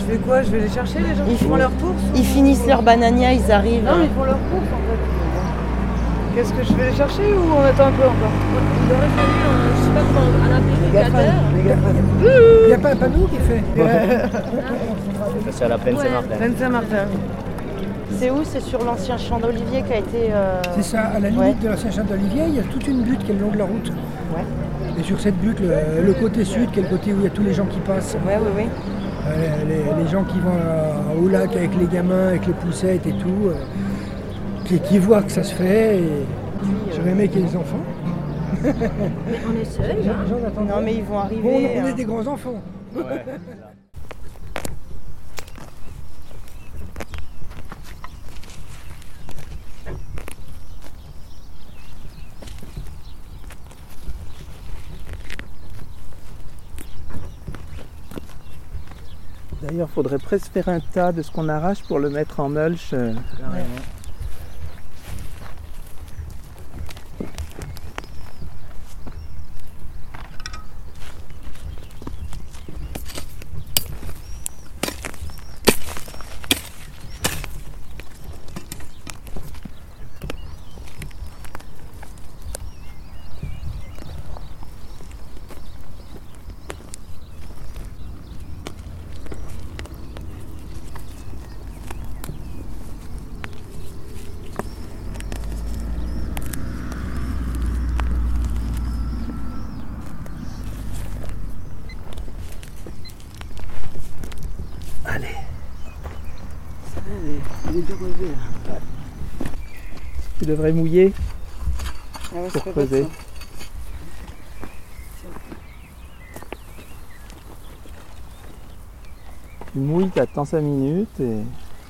fais quoi? Je vais les chercher les gens qui font leurs courses? Ils finissent leur banania, ils arrivent. Non, mais ils font leurs courses en fait. Qu'est-ce que je vais les chercher ou on attend un peu encore? Il aurait fallu, je sais pas comment, un amplificateur. Il n'y a pas un panneau qui fait. Ça, c'est à la plaine Saint-Martin. Plaine Saint-Martin. C'est où? C'est sur l'ancien champ d'olivier qui a été... C'est ça, à la limite de l'ancien champ d'olivier, il y a toute une butte qui est le long de la route. Ouais. Et sur cette butte, le côté sud, qui est le côté où il y a tous les gens qui passent. Ouais, oui. Les gens qui vont au lac avec les gamins, avec les poussettes et tout, qui voient que ça se fait. Et j'aurais aimé qu'il y ait des enfants. Mais on est seuls, hein. Non, mais ils vont arriver. Bon, on est des grands enfants. Ouais. D'ailleurs, il faudrait presque faire un tas de ce qu'on arrache pour le mettre en mulch. Allez. Il est dur relevé là. Tu devrais mouiller Ah ouais, pour c'est pas creuser. bête, Tu mouilles, tu attends 5 minutes et...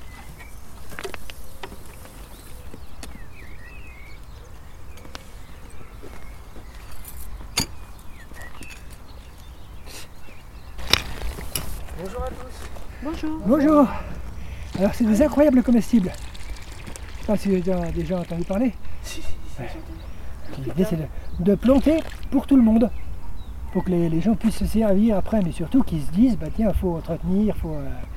Bonjour à tous. Bonjour. Alors, c'est des incroyables comestibles. Je sais pas si vous avez déjà entendu parler. Ouais. L'idée, c'est de planter pour tout le monde. Pour que les gens puissent se servir après, mais surtout qu'ils se disent, bah tiens, il faut entretenir, il faut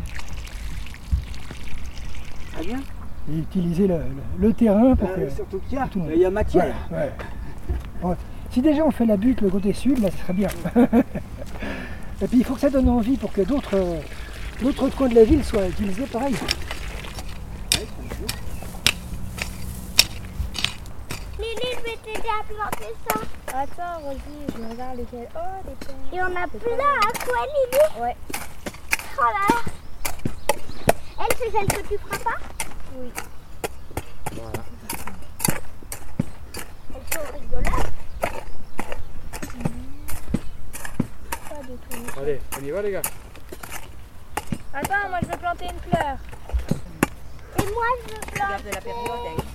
Très bien. utiliser le terrain pour que... Surtout qu'il y a. tout le monde. Il y a matière. Ouais. Bon, si déjà on fait la butte, le côté sud, là, ce serait bien. Et puis il faut que ça donne envie pour que d'autres coins de la ville soient utilisés pareil. Lily, je vais t'aider à planter ça. Attends, Rosie, je regarde lesquels. Oh, des plantes. Il y en a plein à toi, Lily. Ouais. Oh là là. Elle, c'est celle que tu feras pas? Oui. Voilà. Elles sont rigolotes. Pas du tout. Allez, on y va les gars. Attends, moi je veux planter une fleur. Et moi, je veux planter. la période.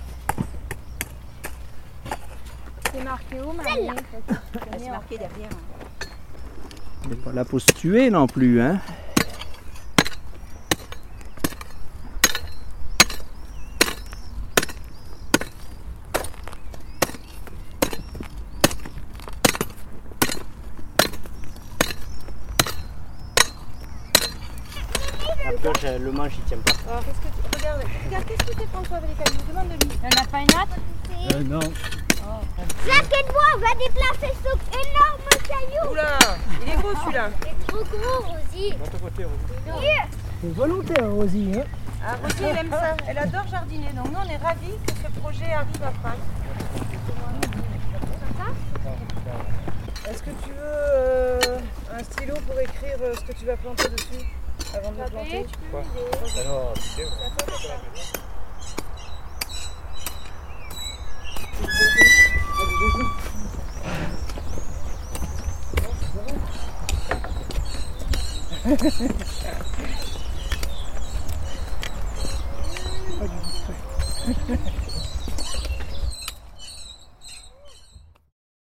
C'est marqué où, Marie? C'est marqué derrière. On n'est pas là pour se tuer non plus, hein. La pioche, le manche il tient pas. Alors, regarde, qu'est-ce que tu prends toi avec les cailloux? Demande-lui. Il n'y en a pas une autre? Non. T'inquiète-moi, on va déplacer ce énorme caillou. Oula, il est gros celui-là. C'est trop gros, Rosie. De ton côté, Rosie. C'est volontaire, Rosie. Hein. Ah, Rosie, elle aime ça. Elle adore jardiner. Donc, nous, on est ravis que ce projet arrive à Prague. Est-ce que tu veux un stylo pour écrire ce que tu vas planter dessus avant de le planter? Quoi? Alors, tu sais,